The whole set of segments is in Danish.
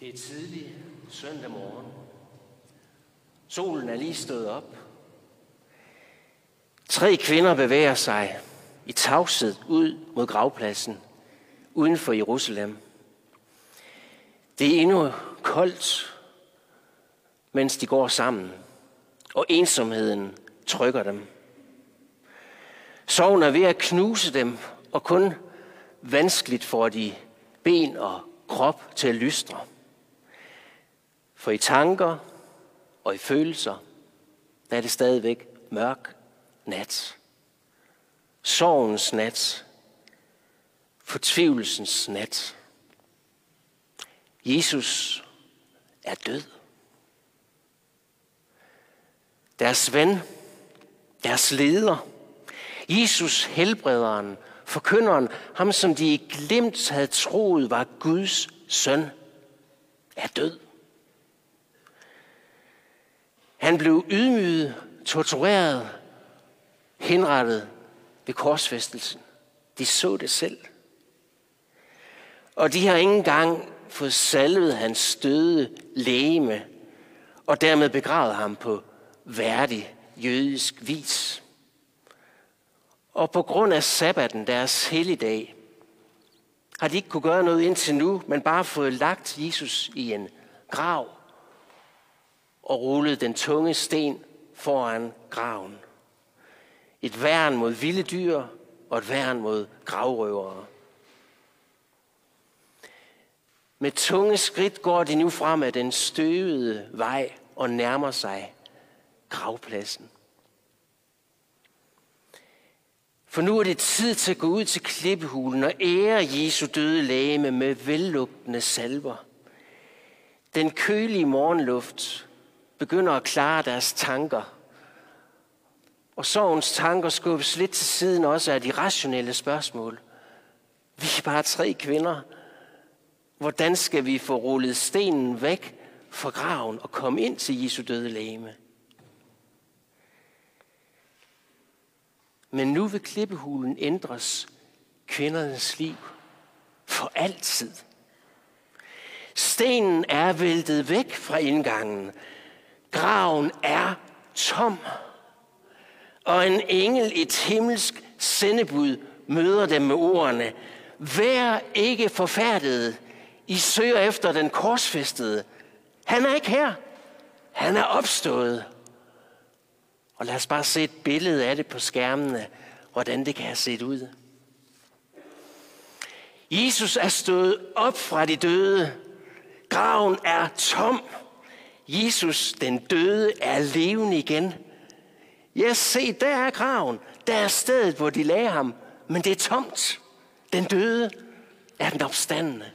Det er tidlig søndag morgen. Solen er lige stået op. 3 kvinder bevæger sig i tavshed ud mod gravpladsen uden for Jerusalem. Det er endnu koldt, mens de går sammen, og ensomheden trykker dem. Sorgen er ved at knuse dem, og kun vanskeligt får de ben og krop til at lystre. For i tanker og i følelser, der er det stadigvæk mørk nat. Sorgens nat. Fortvivlelsens nat. Jesus er død. Deres ven, deres leder, Jesus helbrederen, forkynderen, ham som de i glimt havde troet var Guds søn, er død. Han blev ydmyget, tortureret, henrettet ved korsfæstelsen. De så det selv. Og de har ikke engang fået salvet hans døde legeme, og dermed begravet ham på værdig jødisk vis. Og på grund af sabbaten, deres helligdag, har de ikke kunne gøre noget indtil nu, men bare fået lagt Jesus i en grav og rullet den tunge sten foran graven. Et værn mod vilde dyr og et værn mod gravrøvere. Med tunge skridt går de nu frem ad den støvede vej og nærmer sig gravpladsen. For nu er det tid til at gå ud til klippehulen og ære Jesu døde legeme med vellugtende salver. Den kølige morgenluft begynder at klare deres tanker. Og sorgens tanker skubbes lidt til siden også af de rationelle spørgsmål. Vi er bare 3 kvinder. Hvordan skal vi få rullet stenen væk fra graven og komme ind til Jesu døde legeme? Men nu vil klippehulen ændres kvindernes liv for altid. Stenen er væltet væk fra indgangen. Graven er tom. Og en engel, et himmelsk sendebud, møder dem med ordene: Vær ikke forfærdede. I søger efter den korsfæstede. Han er ikke her. Han er opstået. Og lad os bare se et billede af det på skærmene, hvordan det kan have set ud. Jesus er stået op fra de døde. Graven er tom. Jesus, den døde, er levende igen. Ja, se, der er graven. Der er stedet, hvor de lagde ham. Men det er tomt. Den døde er den opstandende.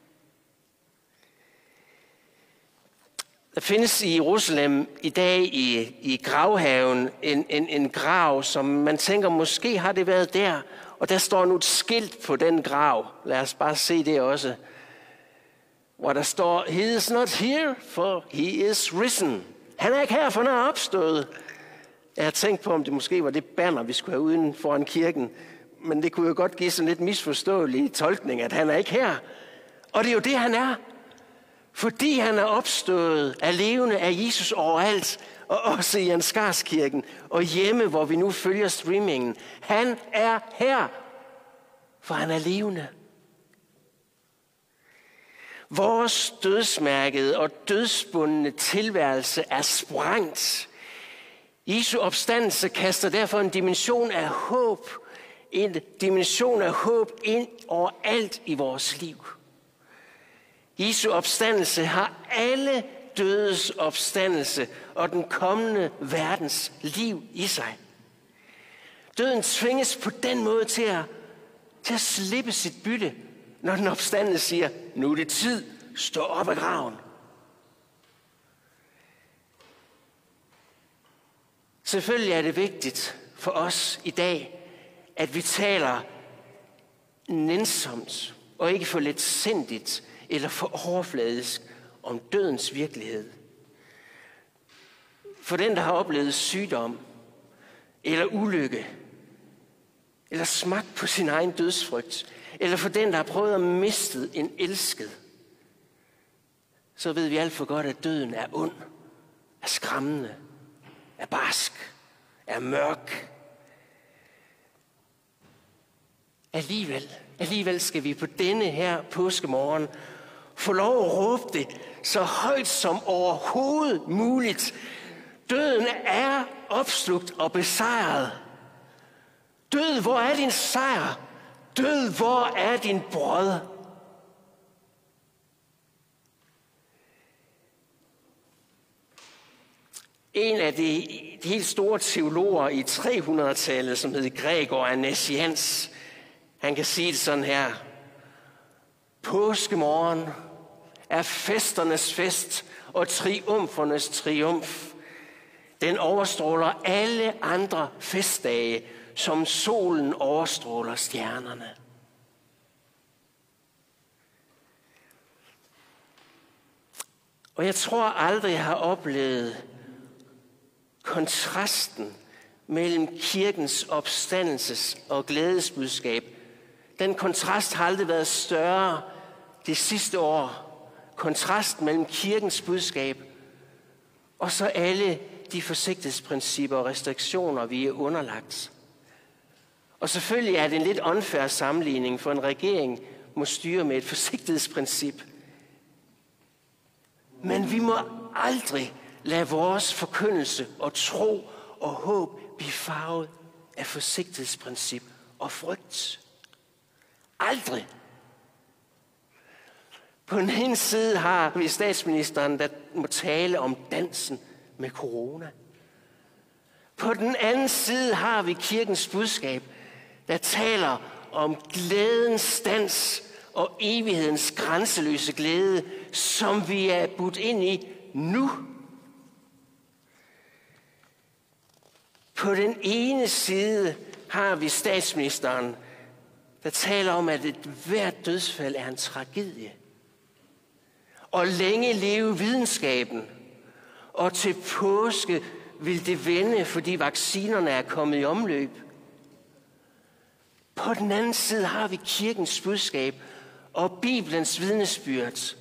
Der findes i Jerusalem i dag i gravhaven en grav, som man tænker, måske har det været der. Og der står nu et skilt på den grav. Lad os bare se det også. Hvor der står: He is not here, for he is risen. Han er ikke her, for han er opstået. Jeg har tænkt på, om det måske var det banner, vi skulle have uden foran kirken. Men det kunne jo godt give sådan lidt misforståelig tolkning, at han er ikke her. Og det er jo det, han er. Fordi han er opstået af levende af Jesus overalt, og også i Ansgarskirken, og hjemme, hvor vi nu følger streamingen. Han er her, for han er levende. Vores dødsmærkede og dødsbundne tilværelse er sprængt. Jesu opstandelse kaster derfor en dimension af håb ind overalt i vores liv. Jesu opstandelse har alle dødes opstandelse og den kommende verdens liv i sig. Døden tvinges på den måde til at slippe sit bytte, når den opstandende siger: Nu er det tid, stå op af graven. Selvfølgelig er det vigtigt for os i dag, at vi taler nænsomt og ikke for letsindigt eller for overfladisk om dødens virkelighed. For den, der har oplevet sygdom eller ulykke, eller smagt på sin egen dødsfrygt, eller for den, der har prøvet at miste en elsket, så ved vi alt for godt, at døden er ond, er skræmmende, er barsk, er mørk. Alligevel skal vi på denne her påskemorgen få lov at råbe det så højt som overhovedet muligt. Døden er opslugt og besejret. Død, hvor er din sejr? Død, hvor er din brød? En af de helt store teologer i 300-tallet, som hed Gregor af Nazianz, han kan sige det sådan her: påskemorgen er festernes fest og triumfernes triumf. Den overstråler alle andre festdage, som solen overstråler stjernerne. Og jeg tror aldrig, jeg har oplevet kontrasten mellem kirkens opstandelses- og glædesbudskab. Den kontrast har aldrig været større det sidste år. Kontrasten mellem kirkens budskab og så alle de forsigtighedsprincipper og restriktioner, vi er underlagt. Og selvfølgelig er det en lidt unfair sammenligning, for en regering må styre med et forsigtighedsprincip. Men vi må aldrig lade vores forkyndelse og tro og håb blive farvet af forsigtighedsprincip og frygt. Aldrig. På den ene side har vi statsministeren, der må tale om dansen med corona. På den anden side har vi kirkens budskab, der taler om glædens dans og evighedens grænseløse glæde, som vi er budt ind i nu. På den ene side har vi statsministeren, der taler om, at et hvert dødsfald er en tragedie. Og længe leve videnskaben. Og til påske vil det vende, fordi vaccinerne er kommet i omløb. På den anden side har vi kirkens budskab og Bibelens vidnesbyrd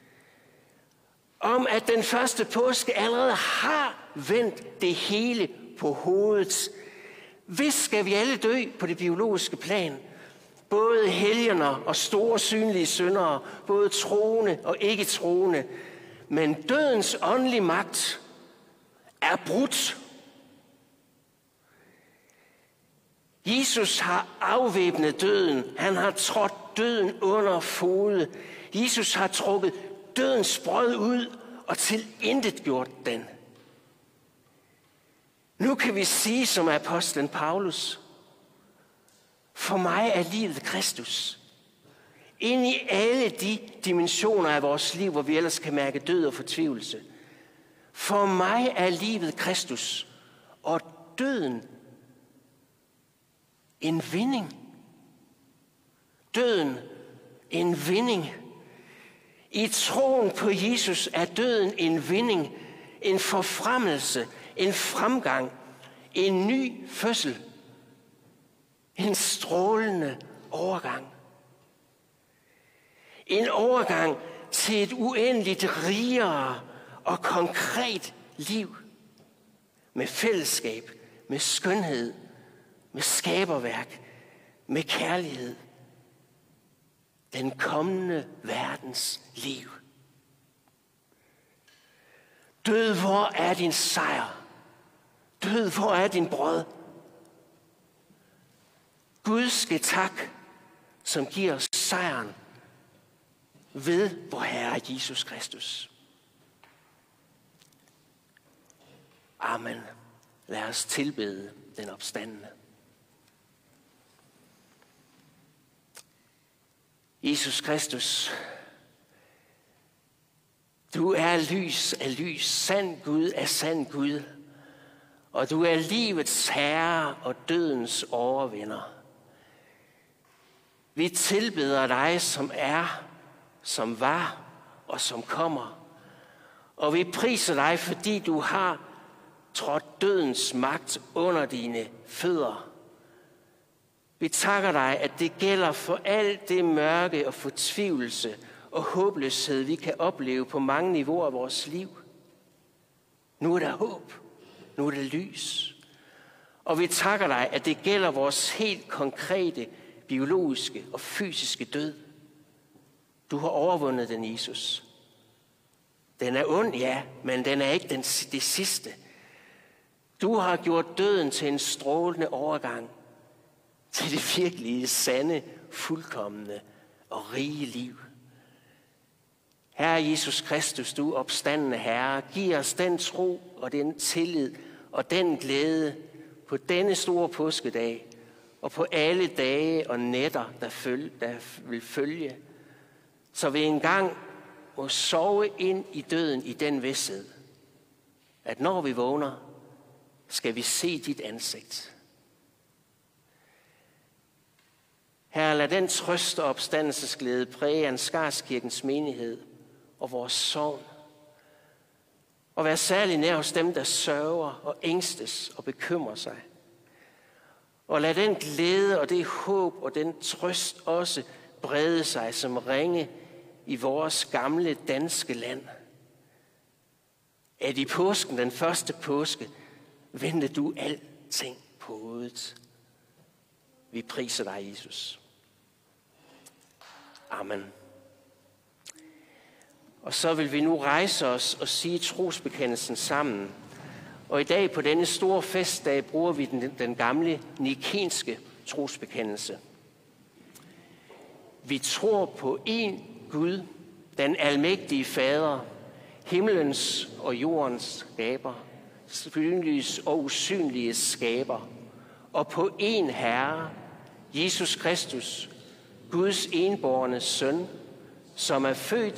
om, at den første påske allerede har vendt det hele på hovedet. Vist skal vi alle dø på det biologiske plan. Både helgener og store synlige syndere, både troende og ikke troende. Men dødens åndelige magt er brudt. Jesus har afvæbnet døden. Han har trådt døden under fode. Jesus har trukket dødens brød ud og tilintetgjort den. Nu kan vi sige som apostlen Paulus: for mig er livet Kristus. Ind i alle de dimensioner af vores liv, hvor vi ellers kan mærke død og fortvivlelse. For mig er livet Kristus, og døden en vinding. Døden en vinding. I troen på Jesus er døden en vinding, en forfremmelse, en fremgang, en ny fødsel, en strålende overgang. En overgang til et uendeligt rigere og konkret liv med fællesskab, med skønhed, med skaberværk, med kærlighed. Den kommende verdens liv. Død, hvor er din sejr? Død, hvor er din brød? Gud ske tak, som giver os sejren ved vor Herre Jesus Kristus. Amen. Lad os tilbede den opstandne. Jesus Kristus, du er lys af lys, sand Gud af sand Gud, og du er livets herre og dødens overvinder. Vi tilbeder dig, som er, som var og som kommer, og vi priser dig, fordi du har trådt dødens magt under dine fødder. Vi takker dig, at det gælder for alt det mørke og fortvivlelse og håbløshed, vi kan opleve på mange niveauer af vores liv. Nu er der håb. Nu er der lys. Og vi takker dig, at det gælder vores helt konkrete, biologiske og fysiske død. Du har overvundet den, Jesus. Den er ond, ja, men den er ikke det sidste. Du har gjort døden til en strålende overgang til det virkelige, sande, fuldkommende og rige liv. Herre Jesus Kristus, du opstandende Herre, giv os den tro og den tillid og den glæde på denne store påskedag og på alle dage og nætter, der vil følge, så vi engang må sove ind i døden i den vished, at når vi vågner, skal vi se dit ansigt. Herre, lad den trøst og opstandelsesglæde præge Ansgarskirkens menighed og vores sogn, og vær særlig nær hos dem, der sørger og ængstes og bekymrer sig. Og lad den glæde og det håb og den trøst også brede sig som ringe i vores gamle danske land. At i påsken, den første påske, vendte du alting på hovedet. Vi priser dig, Jesus. Amen. Og så vil vi nu rejse os og sige trosbekendelsen sammen. Og i dag på denne store festdag bruger vi den gamle nikenske trosbekendelse. Vi tror på én Gud, den almægtige Fader, himlens og jordens skaber, synliges og usynlige skaber, og på én Herre, Jesus Kristus, Guds enbårne søn, som er født